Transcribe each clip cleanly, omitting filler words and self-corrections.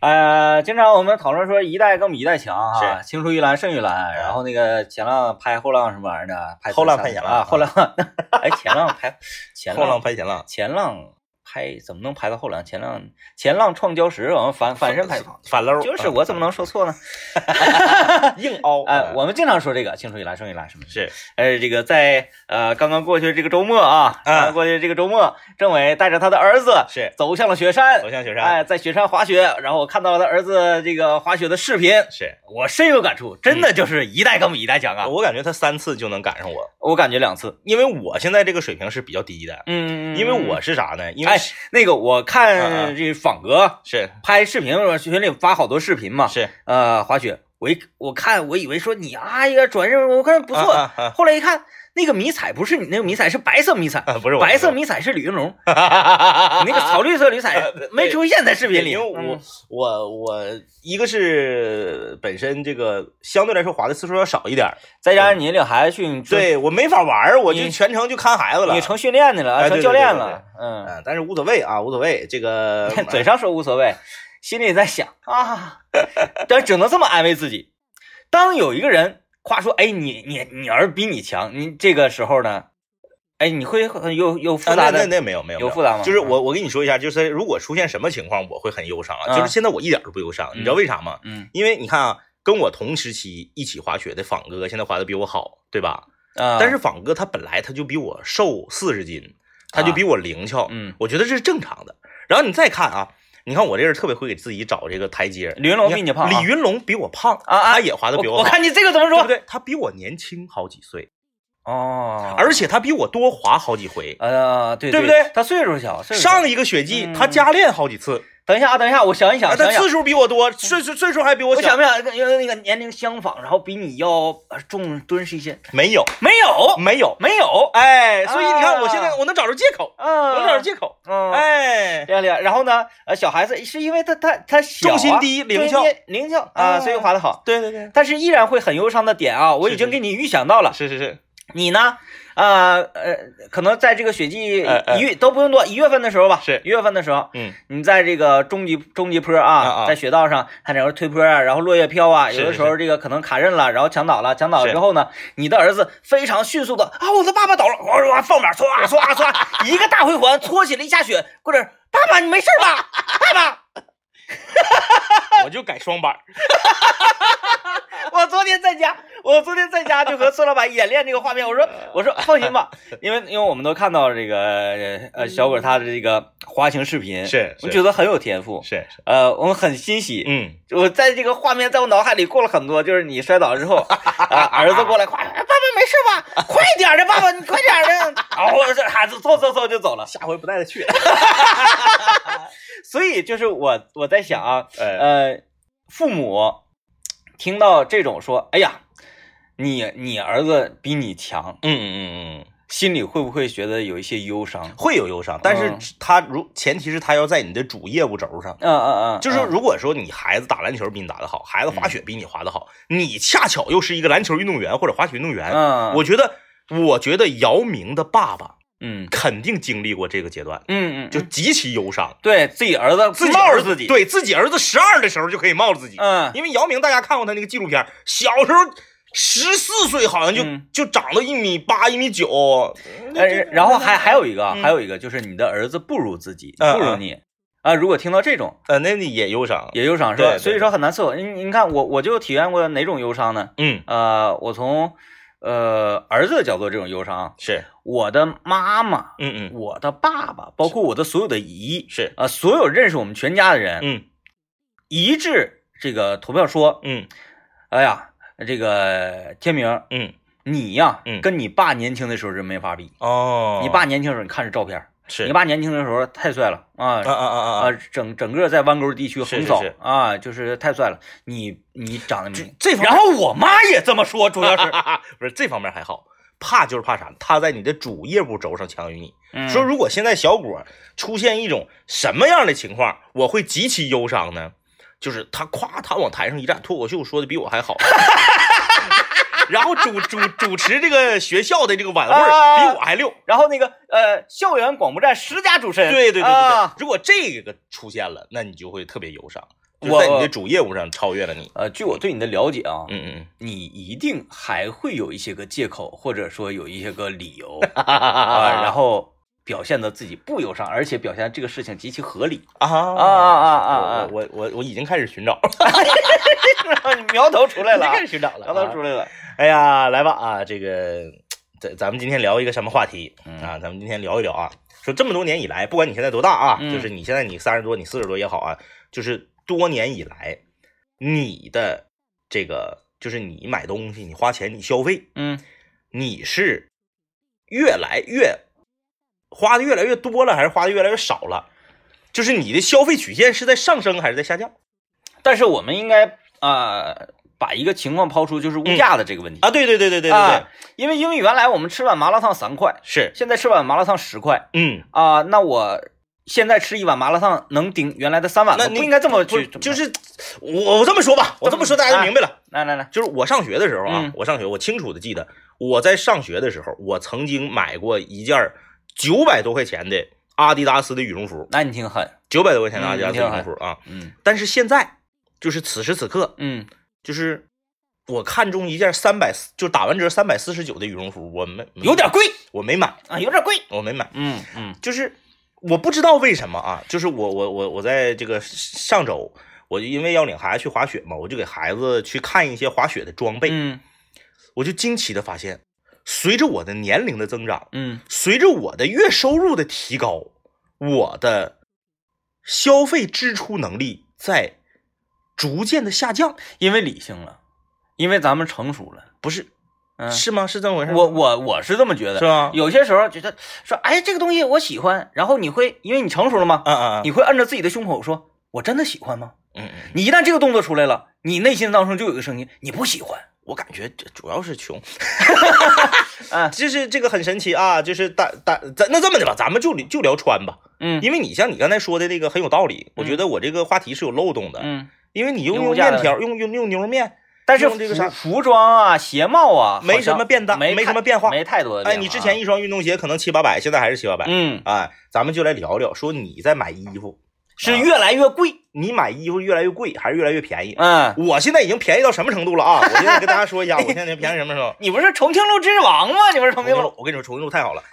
经常我们讨论说一代更比一代强哈， 是青出于蓝胜于蓝。然后那个前浪拍后浪什么玩意儿的， 后浪拍前浪啊，后浪哎前浪拍前浪， 后浪拍前浪， 前浪拍怎么能拍到后浪？前浪创礁石，我们反身拍反搂， 就是我怎么能说错呢？ 硬凹。 我们经常说这个青出于蓝胜于蓝什么是， 这个在刚刚过去的这个周末啊，刚刚过去的这个周末，政委带着他的儿子是走向了雪山，在雪山滑雪，然后我看到了他儿子这个滑雪的视频， 是我深有感触，真的就是一代更比一代强啊！ 我感觉他3次就能赶上我感觉2次， 因为我现在这个水平是比较低的，因为我是啥呢？因为那个我看这仿哥是拍视频，群里发好多视频嘛， 是滑雪，我看我以为说你哎呀转任我看不错，后来一看那个迷彩不是你那个迷彩是白色迷彩， 不是白色迷彩是李云龙，你那个草绿色迷彩没出现在视频里。 因为我一个是本身这个相对来说滑的次数要少一点， 再加上你领孩子去， 对我没法玩，我就全程就看孩子了， 你成训练的了，成教练了， 但是无所谓啊，无所谓，这个嘴上说无所谓，心里在想啊，但只能这么安慰自己。当有一个人夸说，哎，你儿子比你强，你这个时候呢，哎，你会有复杂的？ 那没有有复杂吗？ 就是我跟你说一下，就是如果出现什么情况，我会很忧伤啊。就是现在我一点都不忧伤，你知道为啥吗？因为你看啊，跟我同时期一起滑雪的仿哥，现在滑的比我好，对吧？但是仿哥他本来他就比我瘦40斤，他就比我灵巧，我觉得这是正常的。然后你再看啊。你看我这人特别会给自己找这个台阶。 李云龙比你胖， 李云龙比我胖他也滑的比我好。 我看你这个怎么说？ 对不对？他比我年轻好几岁哦， 而且他比我多滑好几回。 对不对？ 他岁数小， 上一个雪季他加练好几次。 等一下，我想一想， 他次数比我多，岁数还比我小。 我想不想因为那个年龄相仿，然后比你要重敦实一些？ 没有，哎，所以你看我现在我能找着借口，哎， 这样厉害。然后呢，小孩子是因为他小重心低，灵巧啊，所以滑得好。 对对对， 但是依然会很忧伤的点啊，我已经给你预想到了。 是， 你呢？可能在这个雪季都不用多，1月份的时候吧， 是 1月份的时候，你在这个中级坡啊，在雪道上，它整个推坡啊，然后落叶飘啊，有的时候这个可能卡刃了，然后墙倒了之后呢，你的儿子非常迅速的我的爸爸倒了，我放板唰，一个大回环搓起了一下雪，过来，爸爸你没事吧？爸爸， 我就改双板。 我昨天在家就和孙老板演练这个画面，我说放心吧，因为我们都看到这个小果他的这个滑行视频，我觉得很有天赋， 是我们很欣喜，我在这个画面在我脑海里过了很多，就是你摔倒之后，儿子过来夸爸爸没事吧？快点的，爸爸你快点的，我这孩子嗖就走了， 下回不带他去。 所以就是我在想啊，父母听到这种说，哎呀，你儿子比你强，心里会不会觉得有一些忧伤？ 会有忧伤，但是前提是他要在你的主业务轴上，就是如果说你孩子打篮球比你打得好，孩子滑雪比你滑得好，你恰巧又是一个篮球运动员或者滑雪运动员，我觉得姚明的爸爸。肯定经历过这个阶段，就极其忧伤， 对自己儿子冒着自己， 对自己儿子12的时候就可以冒着自己，因为姚明大家看过他那个纪录片，小时候14岁好像就长到1.8米、1.9米， 然后还有一个就是你的儿子不如自己，不如你如果听到这种， 那你也忧伤是吧？所以说很难伺候。你看我就体验过哪种忧伤呢？我从儿子的角度这种忧伤是我的妈妈，我的爸爸，包括我的所有的姨， 是所有认识我们全家的人，一致这个投票说，哎呀，这个天明，你呀，跟你爸年轻的时候是没法比哦， 你爸年轻的时候你看着照片。 是你爸年轻的时候太帅了整个在弯沟地区横扫就是太帅了。你长得这方面， 然后我妈也这么说，主要是不是这方面还好，怕啥？他在你的主业务轴上强于你。说如果现在小果出现一种什么样的情况，我会极其忧伤呢？就是他往台上一站，脱口秀说的比我还好。然后主持这个学校的这个晚会比我还溜， 然后那个校园广播站10佳主持人， 对，如果这个出现了，那你就会特别忧伤。 就在你的主业务上超越了你。 据我对你的了解啊，你一定还会有一些个借口，或者说有一些个理由然后表现的自己不忧伤，而且表现这个事情极其合理我已经开始寻找苗头出来了， 开始寻找了， 苗头出来了。 哎呀，来吧啊，这个咱们今天聊一个什么话题啊？咱们今天聊一聊啊，说这么多年以来，不管你现在多大啊，就是你现在你30多，你40多也好啊，就是多年以来，你的这个就是你买东西，你花钱，你消费，你是花的越来越多了，还是花的越来越少了？就是你的消费曲线是在上升还是在下降？ 但是我们应该把一个情况抛出，就是物价的这个问题对， 因为原来我们吃碗麻辣烫3块， 是现在吃碗麻辣烫10块，那我现在吃一碗麻辣烫能顶原来的3碗吗？不应该这么去， 就是我这么说吧，我这么说大家就明白了。 来， 就是我上学的时候啊，我清楚的记得，我在上学的时候，我曾经买过一件900多块钱的阿迪达斯的羽绒服。 那你挺狠 ，900多块钱的阿迪达斯羽绒服啊。但是现在就是此时此刻，就是我看中一件就打完折349的羽绒服， 有点贵， 我没买有点贵， 我没买。就是我不知道为什么啊，就是我在这个上周，我就因为要领孩子去滑雪嘛，我就给孩子去看一些滑雪的装备，我就惊奇的发现，随着我的年龄的增长，随着我的月收入的提高，我的消费支出能力在逐渐的下降， 因为理性了，因为咱们成熟了， 不是？是吗？是这么回事？ 我是这么觉得， 是吧？ 有些时候觉得说，哎，这个东西我喜欢，然后你会因为你成熟了嘛，你会按照自己的胸口说，我真的喜欢吗？你一旦这个动作出来了，你内心当中就有一个声音，你不喜欢。 我感觉主要是穷，就是这个很神奇啊，就是那这么的吧，咱们就聊穿吧，因为你像你刚才说的那个很有道理，我觉得我这个话题是有漏洞的，因为你用面条，用牛肉面。 但是这个啥服装啊、鞋帽啊， 没什么变大，没什么变化， 没太多的变化。 你之前一双运动鞋可能700-800，现在还是700-800。咱们就来聊聊，说你在买衣服是越来越贵， 你买衣服越来越贵还是越来越便宜？我现在已经便宜到什么程度了啊？我现在跟大家说一下，我现在便宜什么程度？ 你不是重庆路之王吗？你不是重庆路？ 我跟你说，重庆路太好了。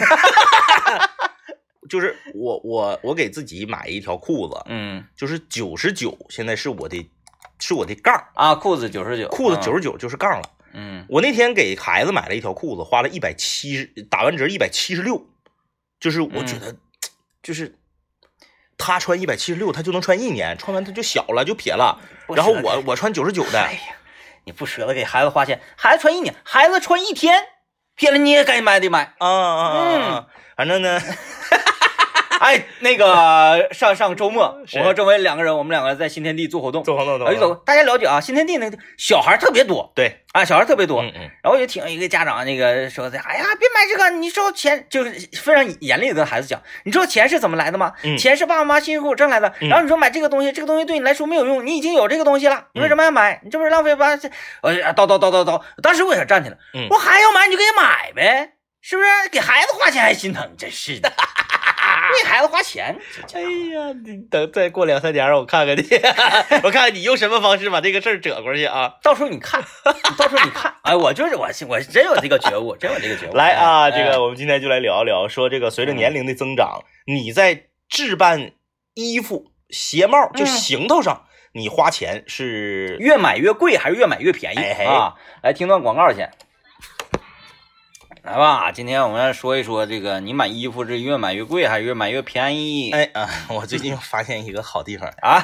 就是我给自己买一条裤子，就是99，现在是我的杠啊，裤子99， 裤子99就是杠了。我那天给孩子买了一条裤子，花了170，打完折176，就是我觉得，就是他穿176，他就能穿1年，穿完他就小了，就撇了。然后我穿99的， 哎呀，你不舍得给孩子花钱，孩子穿1年，孩子穿1天，撇了你也该买的买反正呢。 哎，那个上周末，我和郑伟2个人，我们2个在新天地做活动，大家了解啊，新天地那个小孩特别多， 对小孩特别多，然后也听一个家长那个说的，哎呀，别买这个，你知道钱，就是非常严厉的跟孩子讲，你知道钱是怎么来的吗？钱是爸爸妈妈辛辛苦苦挣来的，然后你说买这个东西，这个东西对你来说没有用，你已经有这个东西了，你为什么要买？你这不是浪费吧？叨，当时我也站起来，我还要买你就给买呗，是不是？给孩子花钱还心疼，真是的。为孩子花钱， 哎呀，你等再过2-3年让我看看你，我看看你用什么方式把这个事儿折过去啊！ 到时候你看，哎，我真有这个觉悟， 来啊，这个我们今天就来聊聊，说这个随着年龄的增长，你在置办衣服、鞋帽就行头上，你花钱是越买越贵还是越买越便宜啊？来听段广告去。来吧，今天我们来说一说这个，你买衣服是越买越贵还是越买越便宜？ 我最近发现一个好地方啊！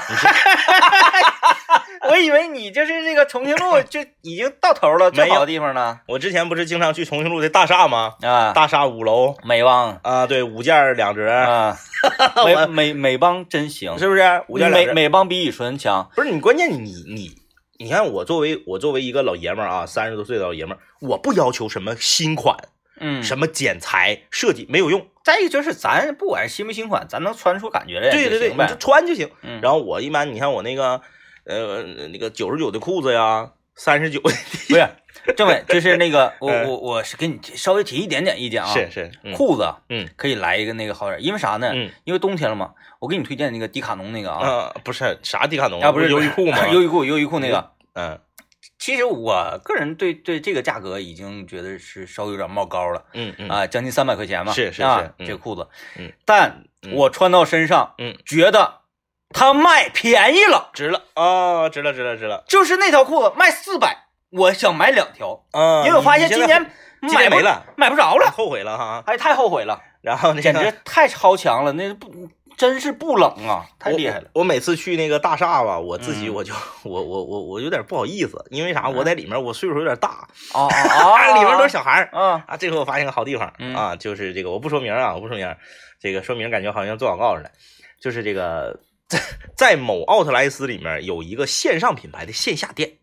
我以为你就是这个重庆路就已经到头了，最好的地方呢。 我之前不是经常去重庆路的大厦吗？大厦5楼美邦对，5件2折啊。美邦真行， 是不是？5件2折， 美邦比乙醇强。 不是你，关键你看我作为一个老爷们儿啊，30多岁的老爷们儿，我不要求什么新款，什么剪裁设计没有用。 再一个就是咱不管是新不新款，咱能穿出感觉来， 对，你就穿就行。然后我一般你看我那个99的裤子呀，39的， 不是政委，就是那个我是给你稍微提一点点意见啊， 是， 裤子可以来一个那个好点，因为啥呢？因为冬天了嘛，我给你推荐那个迪卡侬那个啊， 不是啥迪卡侬啊，不是优衣库吗？ 优衣库那个，其实我个人对这个价格已经觉得是稍微有点冒高了，将近300块钱嘛， 是这个裤子，但我穿到身上，觉得它卖便宜了， 值了啊，值了， 就是那条裤子卖400，我想买2条，因为我发现今年买没了， 买不着了， 后悔了哈， 哎，太后悔了， 然后简直太超强了，那真是不冷啊，太厉害了。 我每次去那个大厦吧，我自己我就我有点不好意思，因为啥？我在里面我岁数有点大里面都是小孩这回我发现个好地方就是这个我不说名啊，这个说名感觉好像做广告似的，就是这个在某奥特莱斯里面有一个线上品牌的线下店，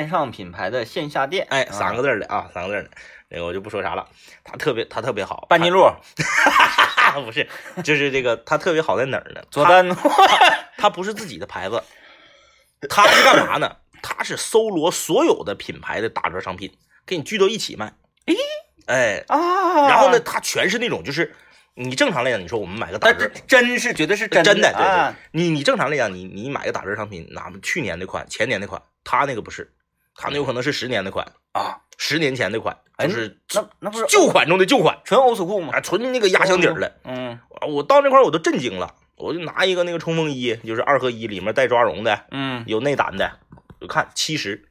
哎，3个字的啊，3个字的，那个我就不说啥了，它特别好， 半斤路。 不是，就是这个它特别好在哪儿呢？ 佐丹， 它不是自己的牌子，它是干嘛呢？它是搜罗所有的品牌的打折商品，给你聚到一起卖。然后呢，它全是那种就是你正常来讲，你说我们买个打折， 绝对是真的，对，你正常来讲，你买个打折商品，哪怕去年的款、前年的款，它那个不是，它那有可能是10年的款10年前的款，就是那不是旧款中的旧款， 纯欧斯库吗？ 纯那个压箱底儿的。我到那块我都震惊了，我就拿一个那个冲锋衣，就是2合1里面带抓绒的，有内胆的，我看70，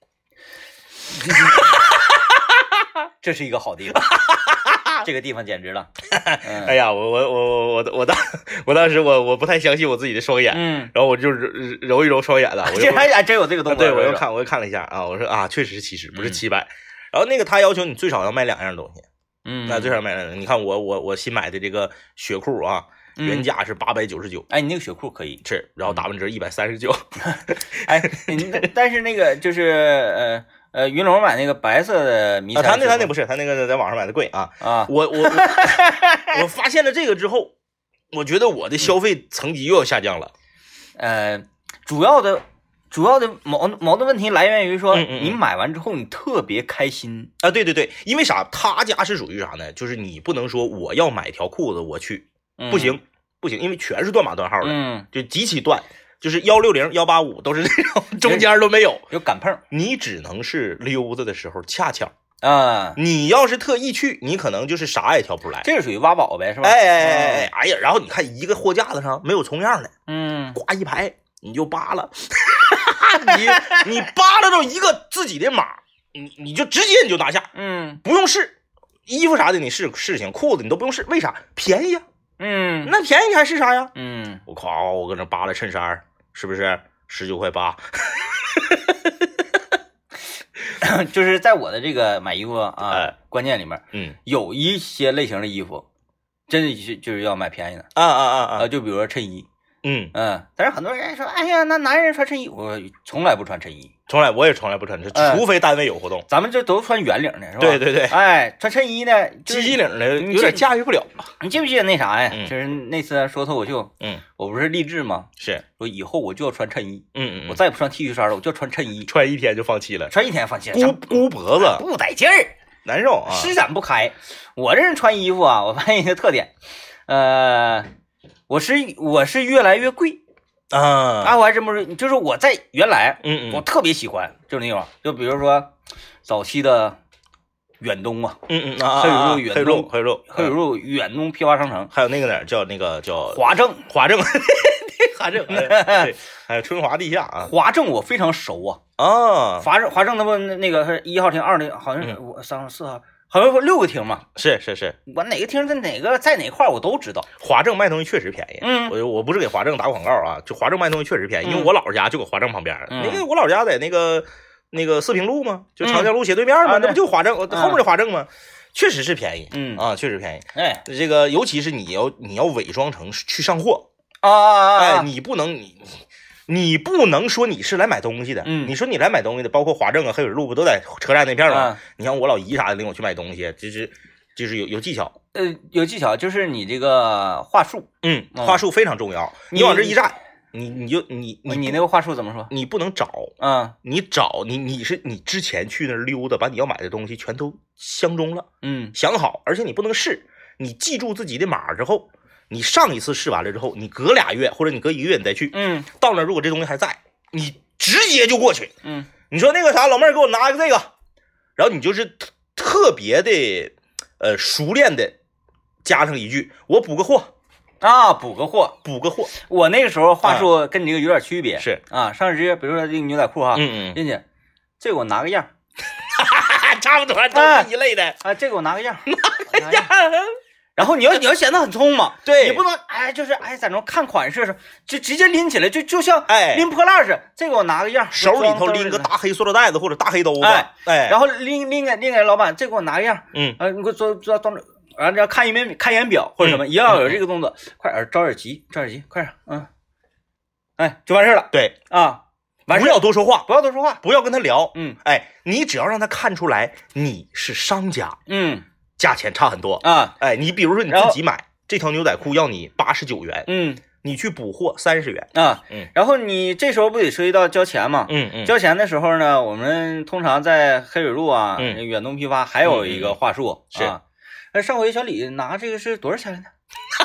这是一个好地方，这个地方简直了。 哎呀，我当时我不太相信我自己的双眼，然后我就揉一揉双眼了， 这还真有这个动作。 对，我又看了一下啊，我说啊，确实是70，不是700。然后那个他要求你最少要买2样东西，那最少买2样。你看我新买的这个雪裤啊，原价是899， 哎，你那个雪裤可以是，然后打完折139。 哎，但是那个就是云龙买那个白色的迷彩， 他那不是，他那个在网上买的贵啊。我发现了这个之后，我觉得我的消费层级又要下降了。 主要的矛盾问题来源于说，你买完之后你特别开心啊！对，因为啥？他家是属于啥呢？就是你不能说我要买条裤子我去，不行，因为全是断码断号的，就极其断，就是160、185都是这种，中间都没有赶碰， 你只能是溜达的时候恰巧啊， 你要是特意去，你可能就是啥也挑不出来， 这是属于挖宝呗，是吧？ 哎呀，然后你看一个货架子上没有重样的，挂一排。你就扒拉，你扒拉到一个自己的码，你就直接你就拿下，不用试，衣服啥的你试行，裤子你都不用试，为啥？便宜呀，那便宜你还试啥呀？我搁那扒拉衬衫，是不是19.8块？ 就是在我的这个买衣服关键里面，有一些类型的衣服，真的就是要买便宜的就比如说衬衣。但是很多人说，哎呀，那男人穿衬衣，我从来不穿衬衣， 我也从来不穿，除非单位有活动。 咱们这都穿圆领的，是吧？ 对， 哎，穿衬衣呢， 鸡领的有点驾驭不了。 你记不记得那啥呀？就是那次说脱口秀，我不是励志吗？ 是说以后我就要穿衬衣，我再也不穿 T 恤衫了，我就要穿衬衣， 穿1天就放弃了， 箍脖子， 不得劲儿， 难受啊， 施展不开。我这人穿衣服啊，我发现一个特点，我是越来越贵我还真不是，就是我在原来，我特别喜欢就是那种，就比如说早期的远东黑有肉远东批发商城， 还有那个哪儿叫那个叫华正， 华正，还有春华地下啊， 华正我非常熟华正那不那个是1号厅、2厅，好像是3号、4号。好像6个厅嘛， 是， 我哪个厅在哪块我都知道。 华正卖东西确实便宜，我不是给华正打广告啊，就华正卖东西确实便宜，因为我姥家就搁华正旁边，那个我姥家在那个四平路嘛，就长江路斜对面嘛，那不就华正后面的华正吗？确实是便宜，确实便宜。 哎， 这个尤其是你要伪装成去上货你不能说你是来买东西的，你说你来买东西的，包括华正黑水路不都在车站那片吗？你看我老姨啥的领我去买东西，就是有技巧， 有技巧，就是你这个话术， 话术非常重要。你往这一站， 你那个话术怎么说？ 你不能找，你找你之前去那儿溜达，把你要买的东西全都相中了，想好，而且你不能试，你记住自己的码之后，你上一次试完了之后，你隔2月或者你隔1个月你再去，到那如果这东西还在，你直接就过去，你说那个啥，老妹儿给我拿一个这个，然后你就是特别的熟练的加上一句，我补个货。 补个货。我那个时候话术跟你这个有点区别， 是上直接比如说这个牛仔裤哈，进去，这个我拿个样， 差不多都是一类的这个我拿个样，拿样。然后你要显得很匆忙， 对， 你不能就是在那看款式的时候就直接拎起来，就像拎破烂似的。这个我拿个样， 手里头拎个大黑塑料袋子或者大黑兜子， 然后拎给老板，这个我拿个样，你给我装着。然后看眼表或者什么，也要有这个动作，快点着点急，快点，就完事了。 对完事不要多说话， 不要跟他聊，你只要让他看出来你是商家，价钱差很多你比如说你自己买这条牛仔裤要你89元，你去补货30元然后你这时候不得涉及到交钱嘛，交钱的时候呢，我们通常在黑水路远东批发还有一个话术是。 上回小李拿这个是多少钱来的？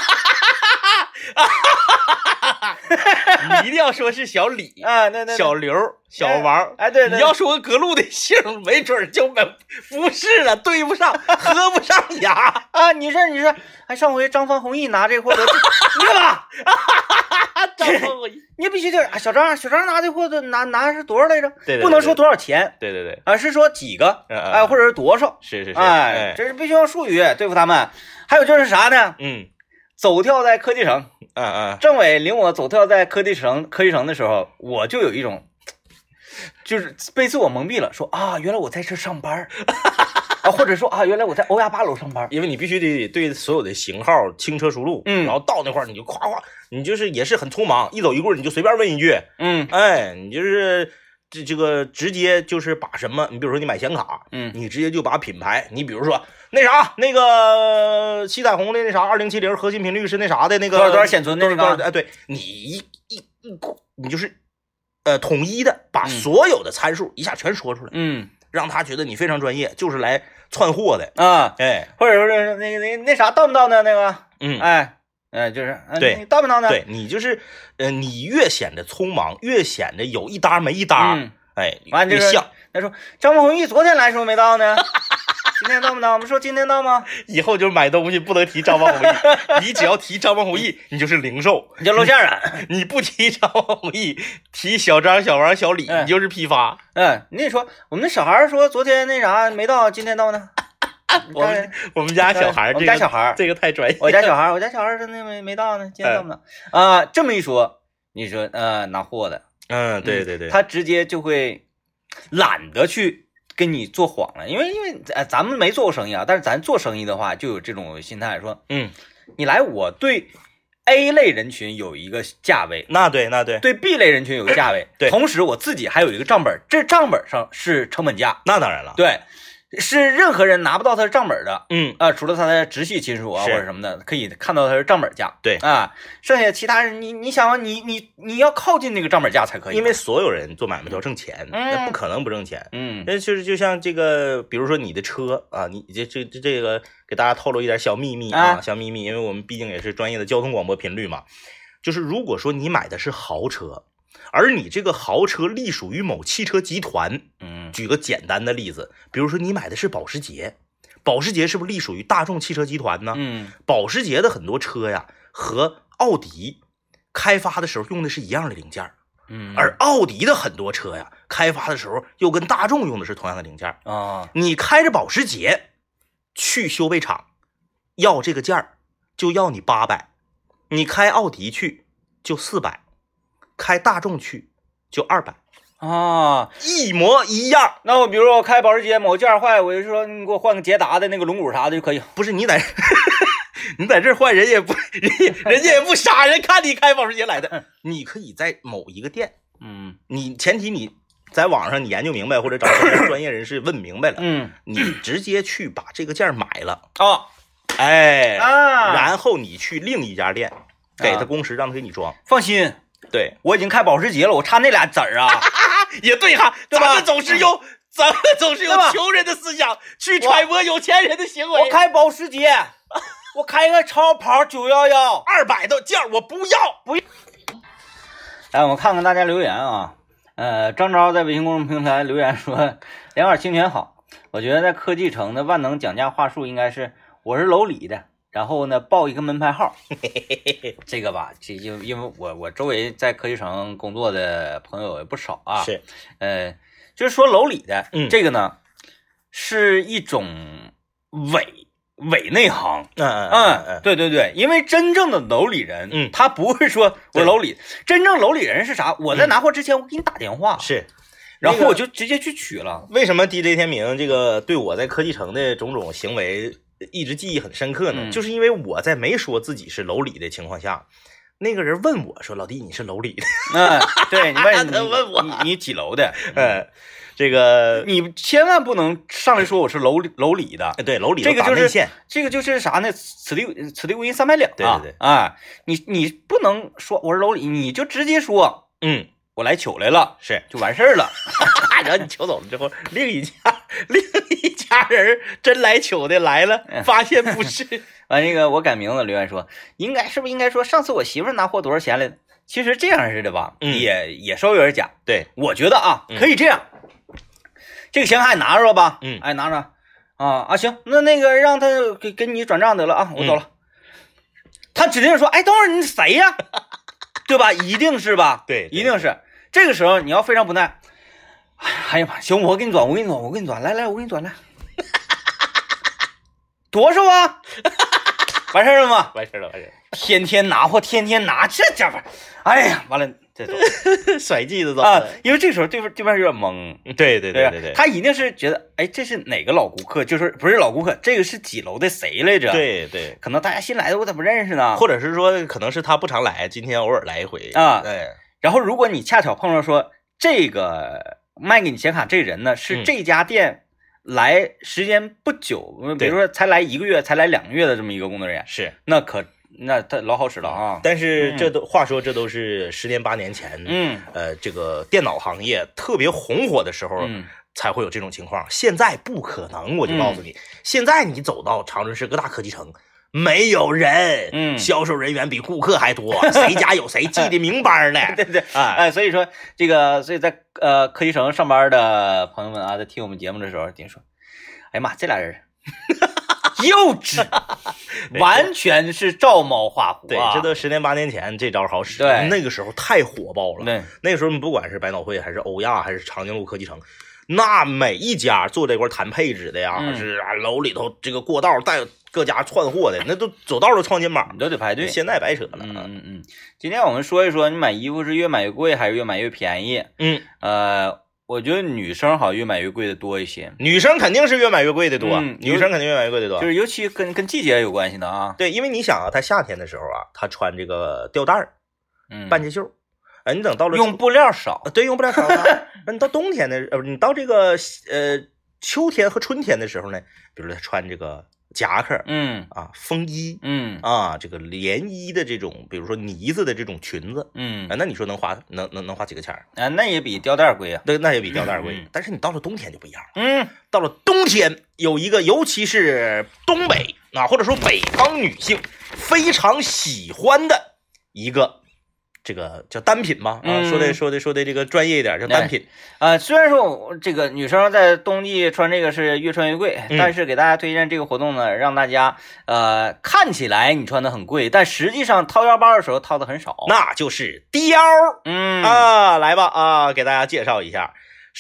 你一定要说是小李对， 小刘、小王， 对， 你要说隔路的姓，没准就不是了，对不上，喝不上牙你说，上回张方弘毅拿这货的，你干嘛？ 张方弘毅， 你必须得小张拿这货的拿是多少来着？ 对， 不能说多少钱， 对， 是说几个，或者是多少？ 是， 这是必须用术语对付他们。还有就是啥呢？走跳在科技城，政委领我走跳在科技城的时候，我就有一种，就是被自我蒙蔽了，说原来我在这上班或者说原来我在欧亚8楼上班， 因为你必须得对所有的型号轻车熟路，然后到那块儿你就夸，你就是也是很匆忙，一走一过你就随便问一句，你就是这个直接就是把什么，你比如说你买显卡，你直接就把品牌，你比如说那个七彩虹的那啥2070核心频率是那啥的那个多少显存的那个， 对，你你就是统一的把所有的参数一下全说出来，让他觉得你非常专业，就是来窜货的或者说那啥到不到呢？那个就是对， 你到不到呢？ 对，你就是你越显得匆忙，越显得有一搭没一搭， 完越像。 他说张方弘毅昨天来时候没到呢，今天到不到？我们说今天到吗？ 以后就买东西不能提张方弘毅，你只要提张方弘毅，你就是零售， 你就露馅了。 你不提张方弘毅，提小张、小王、小李，你就是批发。 你得说我们小孩说昨天那啥没到，今天到呢。 我们家小孩， 我们家小孩这个太专业。 我家小孩说那没到呢，今天到不到这么一说，你说拿货的， 对， 他直接就会懒得去跟你做谎了，因为咱们没做过生意但是咱做生意的话就有这种心态，说你来我对 A 类人群有一个价位， 那对， 对 B 类人群有个价位， 对， 同时我自己还有一个账本，这账本上是成本价， 那当然了， 对。是任何人拿不到他的账本的，除了他的直系亲属或者什么的，可以看到他的账本价， 对剩下其他人，你想你要靠近那个账本价才可以， 因为所有人做买卖都要挣钱，那不可能不挣钱，就像这个，比如说你的车你这个给大家透露一点小秘密小秘密，因为我们毕竟也是专业的交通广播频率嘛，就是如果说你买的是豪车。而你这个豪车隶属于某汽车集团，举个简单的例子，比如说你买的是保时捷，保时捷是不是隶属于大众汽车集团呢？保时捷的很多车呀和奥迪开发的时候用的是一样的零件，而奥迪的很多车呀开发的时候又跟大众用的是同样的零件你开着保时捷去修备厂要这个件就要你800，你开奥迪去就400。开大众去就200一模一样。 那我比如说我开保时捷某件坏，我就说你给我换个捷达的那个龙骨啥的就可以。 不是你在这换，人家也不傻，人看你开保时捷来的。你可以在某一个店，你前提你在网上你研究明白，或者找专业人士问明白了，你直接去把这个件买了然后你去另一家店给他工时让他给你装， 放心。 对， 我已经开保时捷了，我差那俩子儿啊。 也对哈， 对吧？ 咱们总是用穷人的思想去揣摩有钱人的行为。 我开保时捷，我开个超跑 911，200的件我不要。 来，我们看看大家留言啊。张昭在微信公众平台留言说：“两耳清泉好，我觉得在科技城的万能讲价话术应该是我是楼里的。”然后呢，报一个门牌号，这个吧，因为我周围在科技城工作的朋友也不少啊。 是， 就是说楼里的，这个呢是一种伪内行。对对对，因为真正的楼里人，他不会说我楼里，真正楼里人是啥？我在拿货之前，我给你打电话， 是， 然后我就直接去取了。 为什么 DJ 天明这个对我在科技城的种种行为一直记忆很深刻呢？就是因为我在没说自己是楼里的情况下，那个人问我说：“老弟，你是楼里的？” 对，你问我你几楼的？ 这个你千万不能上来说我是楼里的。 对，楼里的这个就是啥呢？此地无银三百两啊！ 对， 你不能说我是楼里，你就直接说我来取来了， 是就完事儿了。 然后你取走了之后，另一家人真来取的来了，发现不是。 完那个我改名字留言说，是不是应该说上次我媳妇拿货多少钱来？其实这样似的吧，也稍微有点假。 对， 我觉得啊，可以这样。这个钱还拿着吧？拿着啊，行，那个让他给你转账得了啊，我走了。他指定说，哎，等会儿你谁呀？对吧？一定是吧？ 对， 一定是。这个时候你要非常不耐。哎呀妈，行，我给你转，来，我给你转来。多少啊？完事儿了吗？ 完事儿了。 天天拿货，天天拿，这家伙，哎呀，完了，这走甩剂子走啊！因为这时候对面有点懵。 对， 他一定是觉得，哎，这是哪个老顾客？就是不是老顾客，这个是几楼的谁来着？ 对， 可能大家新来的我咋不认识呢？ 或者是说，可能是他不常来，今天偶尔来一回啊。对。然后如果你恰巧碰上说这个卖给你显卡这人呢，是这家店来时间不久，比如说才来1个月、才来2个月的这么一个工作人员， 是那他老好使了啊。 但是话说这都是10年8年前，这个电脑行业特别红火的时候，才会有这种情况。现在不可能，我就告诉你，现在你走到长春市各大科技城，没有人，销售人员比顾客还多，谁家有谁记得明白呢。 对，所以说所以在科技城上班的朋友们啊，在听我们节目的时候，听说，哎呀妈，这俩人幼稚，完全是照猫画虎。 对，这都10年8年前，这招好使。 对， 那个时候太火爆了。 对， 那个时候你不管是百脑汇还是欧亚还是长颈鹿科技城，那每一家做这块谈配置的呀，是楼里头这个过道带各家串货的，那都走道都创金榜， 都得排队。 现在白扯了。 今天我们说一说，你买衣服是越买越贵还是越买越便宜？我觉得女生好像越买越贵的多一些。 女生肯定是越买越贵的多，女生肯定越买越贵的多， 就是尤其跟季节有关系的啊。 对，因为你想啊，她夏天的时候啊，她穿这个吊带儿，半截袖。你等到了用布料少， 对，用布料少了。你到冬天的，你到这个秋天和春天的时候呢，比如说她穿这个夹克，风衣，这个连衣的这种，比如说呢子的这种裙子，那你说能花几个钱啊？那也比吊带贵啊。 对，那也比吊带贵。但是你到了冬天就不一样了。到了冬天有一个，尤其是东北或者说北方女性非常喜欢的一个。这个叫单品吧，说的这个专业一点叫单品虽然说这个女生在冬季穿这个是越穿越贵，但是给大家推荐这个活动呢，让大家看起来你穿的很贵，但实际上掏腰包的时候掏的很少， 那就是貂。来吧给大家介绍一下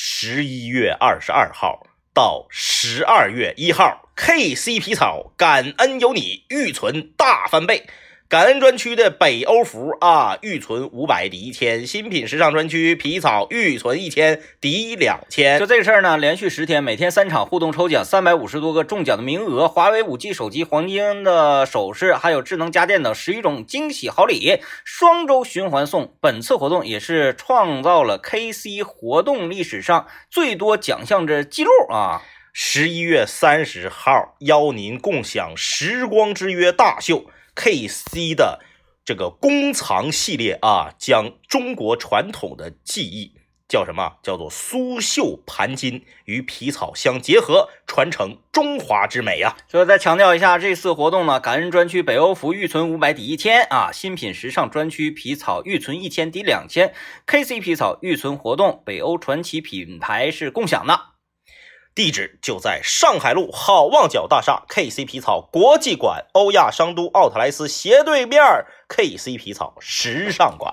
，11月22号到12月1号 ，KC 皮草感恩有你，预存大翻倍。感恩专区的北欧服预存500抵1000，新品时尚专区皮草预存1000抵2000。 就这个事儿呢，连续10天，每天3场互动抽奖，350多个中奖的名额，华为5G 手机、黄金的首饰，还有智能家电等11种惊喜好礼，双周循环送。本次活动也是创造了 KC 活动历史上最多奖项的记录啊 ！11月30号邀您共享时光之约大秀。KC 的这个工藏系列啊，将中国传统的技艺叫什么？叫做苏绣盘金与皮草相结合，传承中华之美啊！ 所以再强调一下，这次活动呢，感恩专区北欧服预存500抵1000啊，新品时尚专区皮草预存1000抵2000 ，KC 皮草预存活动，北欧传奇品牌是共享的。 地址就在上海路好望角大厦 KC 皮草国际馆欧亚商都奥特莱斯斜对面 KC 皮草时尚馆。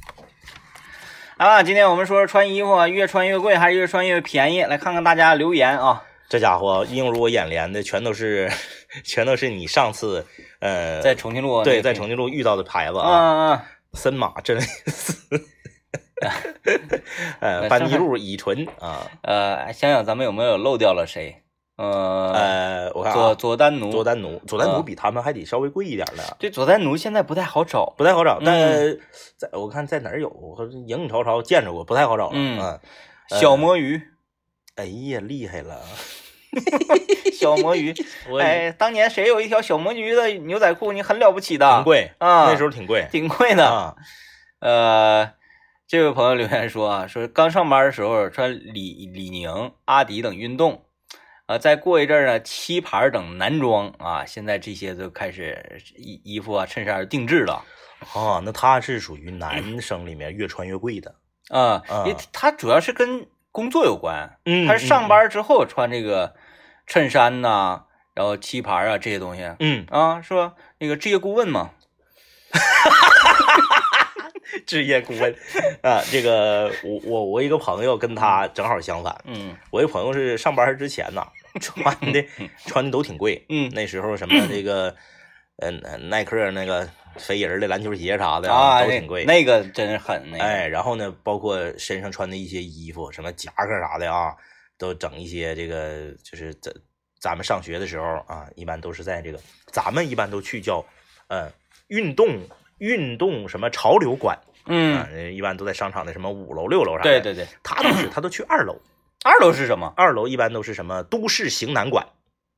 今天我们说穿衣服啊，越穿越贵还是越穿越便宜？来看看大家留言啊。 这家伙映入我眼帘的全都是你上次在重庆路对，在重庆路遇到的牌子啊。森马真丝班尼路乙醇啊。 想想咱们有没有漏掉了谁？ 我看佐丹奴比他们还得稍微贵一点的。 对，佐丹奴现在不太好找， 但我看在哪儿有，我影影绰绰见着过，不太好找了。 小魔鱼， 哎呀，厉害了！ 小魔鱼，当年谁有一条小魔鱼的牛仔裤，你很了不起的， 挺贵啊，那时候挺贵的。这位朋友留言说说刚上班的时候穿李宁、阿迪等运动。再过一阵呢，漆牌等男装啊，现在这些都开始衣服啊、衬衫定制了。 那他是属于男生里面越穿越贵的因为他主要是跟工作有关。他是上班之后穿这个衬衫呐，然后漆牌啊这些东西。是吧？那个置业顾问嘛。 置业顾问啊，这个我一个朋友跟他正好相反。我一个朋友是上班之前呐。穿的都挺贵，那时候什么这个耐克那个飞人的篮球鞋啥的都挺贵， 那个真是狠然后呢，包括身上穿的一些衣服，什么夹克啥的啊，都整一些这个，就是咱们上学的时候啊，一般都是在这个，咱们一般都去叫运动什么潮流馆，一般都在商场的什么5楼6楼啥的， 对， 他都去2楼。 2楼是什么 ？2楼一般都是什么都市型男馆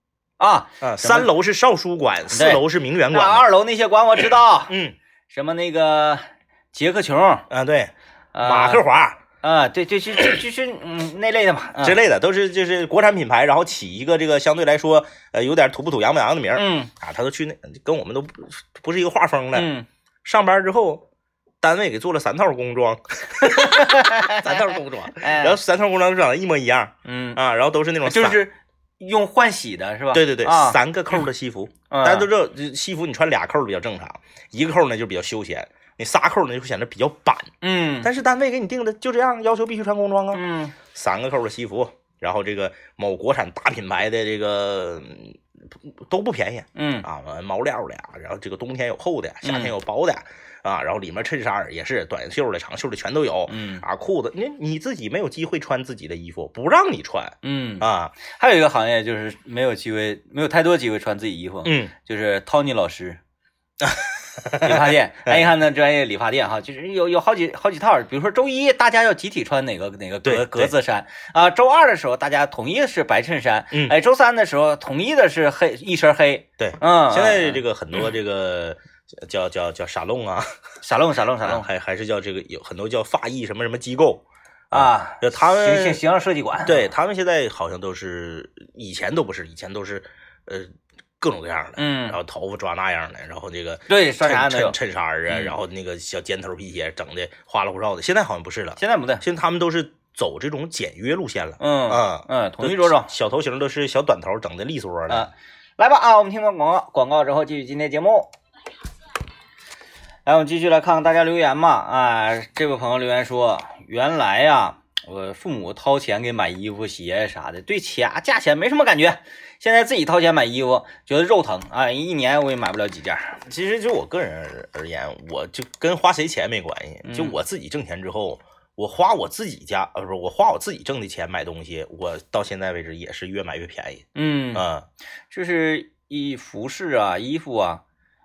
，3 楼是少书馆，4楼是名媛馆。 2楼那些馆我知道，什么那个杰克琼对，马克华对，就是那类的嘛， 之类的都是就是国产品牌，然后起一个这个相对来说有点土不土洋不洋的名他都去那，跟我们都不是一个画风的。上班之后。单位给做了3套工装，3套工装，然后3套工装长得一模一样，然后都是那种就是用换洗的是吧？ 对，3个扣的西服，大家都知道西服你穿2扣比较正常，一个扣呢就比较休闲，你3扣呢就显得比较板，但是单位给你定的就这样，要求必须穿工装啊，3个扣的西服，然后这个某国产大品牌的这个都不便宜，毛料的呀，然后这个冬天有厚的，夏天有薄的。然后里面衬衫也是短袖的、长袖的全都有，裤子你自己没有机会穿自己的衣服，不让你穿， 还有一个行业就是没有太多机会穿自己衣服，就是 Tony 老师，理发店，你看那专业理发店哈，就是有好几套，比如说周一大家要集体穿哪个格子衫周二的时候大家统一的是白衬衫，周三的时候统一的是一身黑， 对，现在这个很多这个。叫沙龙沙龙， 还是叫这个有很多叫发艺什么什么机构他们形象设计馆， 对他们现在好像都是以前都不是，以前都是各种各样的，然后头发抓那样的，然后这个对衬衫然后那个小尖头皮鞋整的花里胡哨的，现在好像不是了， 现在不对， 现在他们都是走这种简约路线了， 统一着装， 小头型都是小短头整的利索的， 来吧我们听完广告之后继续今天节目。来，我们继续来看看大家留言嘛。这位朋友留言说，原来呀，我父母掏钱给买衣服、鞋啥的，对价钱没什么感觉。现在自己掏钱买衣服，觉得肉疼一年我也买不了几件。 其实就我个人而言，我就跟花谁钱没关系。就我自己挣钱之后，我花我自己我花我自己挣的钱买东西，我到现在为止也是越买越便宜。 就是服饰啊、衣服啊。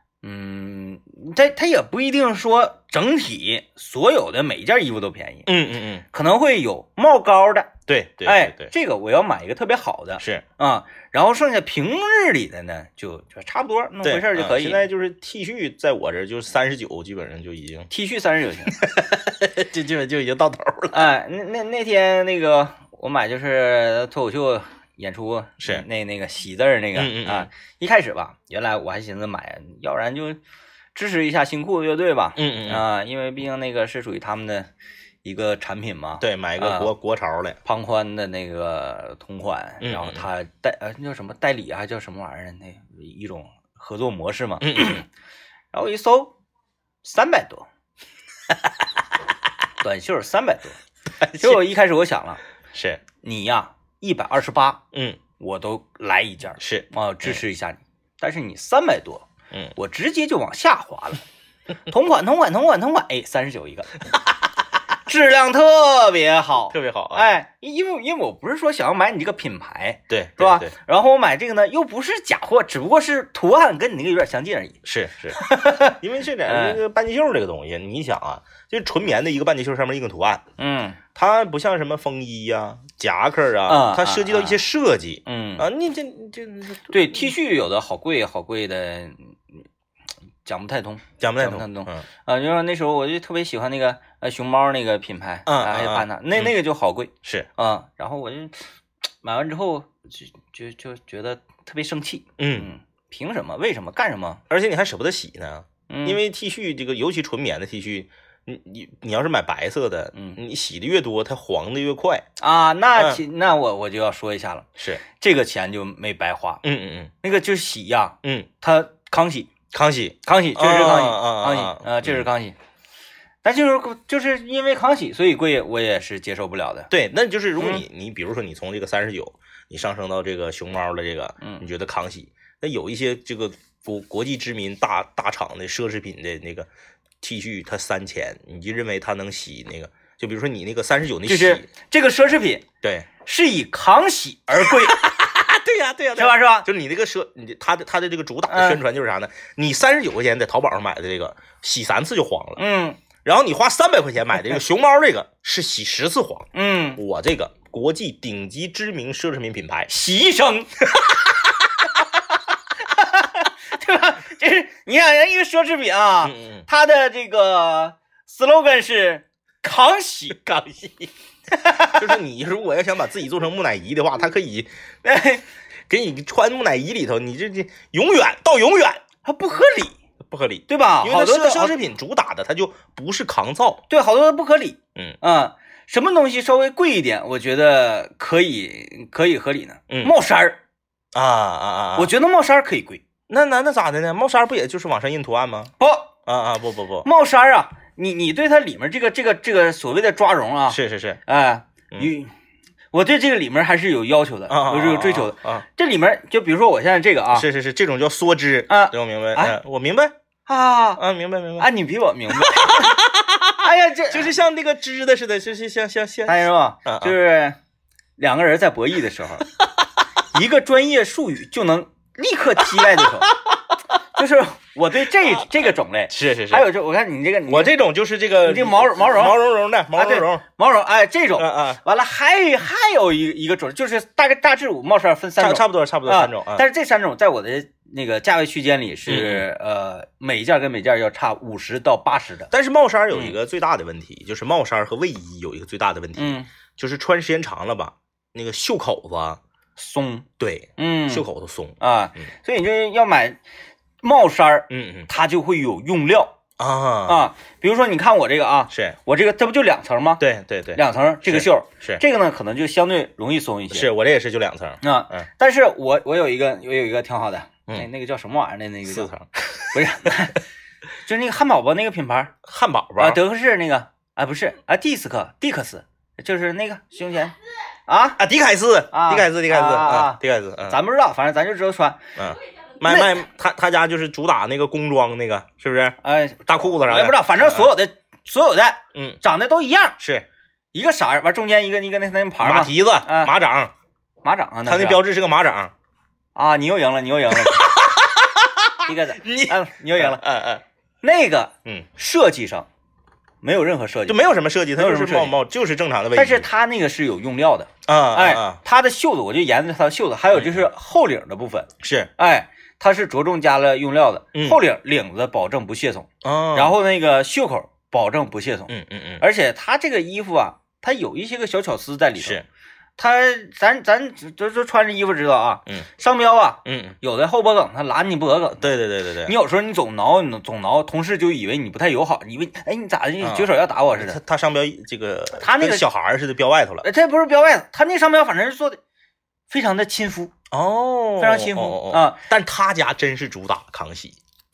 它也不一定说整体所有的每件衣服都便宜， 可能会有帽高的对对， 哎， 对， 这个我要买一个特别好的， 是啊，然后剩下平日里的呢，就差不多那么回事就可以。 现在就是 T 恤在我这就是39，基本上就已经 T 恤39行， 就已经到头了。 哎，那天那个我买就是脱口秀演出是那个喜字那个啊，一开始吧，原来我还寻思买，要不然就支持一下新裤子乐队吧，啊，因为毕竟那个是属于他们的一个产品嘛， 对，买一个国潮的庞宽的那个同款，然后他叫什么代理还叫什么玩意儿，那一种合作模式嘛，然后一搜300多，短袖300多，结果一开始我想了， 是你呀128，我都来一件， 是啊，支持一下你，但是你300多，我直接就往下滑了，同款，哎，39一个。质量特别好， 特别好啊！ 哎，因为我不是说想要买你这个品牌， 对， 是吧？ 对。 然后我买这个呢，又不是假货，只不过是图案跟你那个有点相近而已。 是，因为这点这个半截袖这个东西，你想啊，就是纯棉的一个半截袖上面一个图案，它不像什么风衣呀、夹克啊，它涉及到一些设计，你这对 T 恤有的好贵的。讲不太通，就是那时候我就特别喜欢那个熊猫那个品牌，还有潘塔，那个就好贵， 是然后我就买完之后就觉得特别生气，凭什么？为什么？干什么？ 而且你还舍不得洗呢，因为 T 恤这个尤其纯棉的 T 恤，你要是买白色的，你洗的越多，它黄的越快啊。那我就要说一下了， 是这个钱就没白花，那个就是洗呀，它康熙。确实是康熙，这是康熙，但就是因为康熙，所以贵我也是接受不了的。 对，那就是如果你比如说你从这个39，你上升到这个熊猫的这个，你觉得康熙，那有一些这个国际知名大厂的奢侈品的那个 T 恤，它3000，你就认为它能洗那个？就比如说你那个39那洗， 就是这个奢侈品， 对， 是以康熙而贵。 对呀， 是吧？ 就是你那个他的这个主打的宣传就是啥呢？你39块钱在淘宝上买的这个洗3次就黄了，然后你花300块钱买的这个熊猫这个是洗10次黄，我这个国际顶级知名奢侈品品牌洗一生，对吧？就是你看人一个奢侈品啊，它的这个 slogan 是康熙， 就是你如果要想把自己做成木乃伊的话，它可以给你穿木乃伊里头，你这永远， 它不合理，对吧？ 因为它奢侈品主打的它就不是抗造， 对，好多不合理。什么东西稍微贵一点，我觉得可以合理呢？帽衫儿我觉得帽衫可以贵。 那咋的呢？帽衫不也就是往上印图案吗？ 不， 不， 帽衫啊，你对它里面这个所谓的抓绒啊， 是， 哎，我对这个里面还是有要求的，我是有追求的这里面就比如说我现在这个啊， 是，这种叫梭织我明白，我明白明白啊，你比我明白。哎呀，这就是像那个织的似的，就是像， 哎是吧？就是两个人在博弈的时候，一个专业术语就能立刻击败对手。就是我对这个种类是， 还有我看你这个， 我这种就是这个， 你这毛绒的毛绒，哎，这种完了还有一个种，就是大致帽衫分3种， 差不多3种但是这3种在我的那个价位区间里是每件跟每件要差50到80的。 但是帽衫有一个最大的问题，就是帽衫和卫衣有一个最大的问题，就是穿时间长了吧，那个袖口子松， 对，袖口子松啊，所以你就要买帽衫它就会有用料比如说你看我这个啊， 是我这个这不就2层吗？ 对 ，2层这个袖是这个呢，可能就相对容易松一些。 是我这也是就2层但是我有一个挺好的，那个叫什么玩意儿的那个 4层， 不是，就是那个汉堡包那个品牌， 汉堡包德克士那个不是迪克斯，就是那个胸前迪凯斯， 咱不知道，反正咱就知道穿卖他家就是主打那个工装那个，是不是？大裤子啥的， 我也不知道，反正所有的长得都一样， 是一个色儿，完中间一个那牌马蹄子，马掌啊， 他那标志是个马掌啊，你又赢了，一个你又赢了，那个设计上没有任何设计， 就没有什么设计，它就是就是正常的卫衣。 但是它那个是有用料的它的袖子我就研究它的袖子，还有就是后领的部分是， 它是着重加了用料的，后领子保证不泄松，然后那个袖口保证不泄松，而且它这个衣服啊，它有一些个小巧思在里头。 是。 咱就穿着衣服知道啊，商标啊，有的后脖梗它拦你脖梗， 对， 你有时候你总挠，同事就以为你不太友好，以为你咋的举手要打我似的。 他商标这个， 他那个小孩似的标外头了， 这不是标外头，他那商标反正是做的非常的亲肤非常亲肤啊。 但他家真是主打康熙，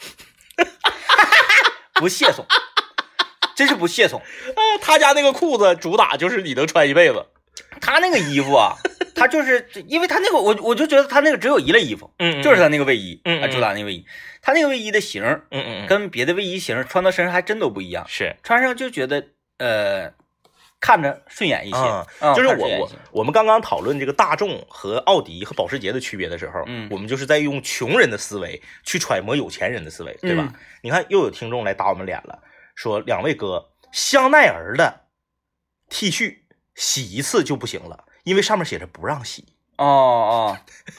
不泄松，真是不泄松他家那个裤子主打就是你能穿一辈子。 他那个衣服啊，他就是因为他那个我就觉得他那个只有一类衣服，就是他那个卫衣，主打那个卫衣，他那个卫衣的型，跟别的卫衣型穿到身上还真都不一样， 是穿上就觉得看着顺眼一些。 就是我们刚刚讨论这个大众和奥迪和保时捷的区别的时候，我们就是在用穷人的思维去揣摩有钱人的思维，对吧？你看又有听众来打我们脸了，说两位哥，香奈儿的 T 恤洗一次就不行了，因为上面写着不让洗。 那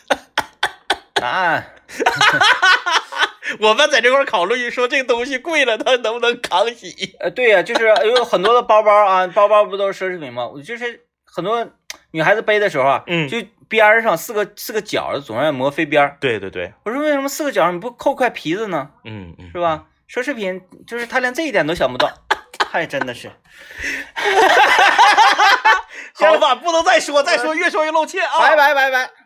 我们在这块考虑说这个东西贵了，它能不能抗洗？ 对呀，就是有很多的包包啊，包包不都是奢侈品吗？就是很多女孩子背的时候啊，就边上四个角总要磨飞边。 对， 我说为什么四个角你不扣块皮子呢？是吧？奢侈品就是他连这一点都想不到，太真的是。 好吧，不能再说越说越露怯啊！ 拜拜。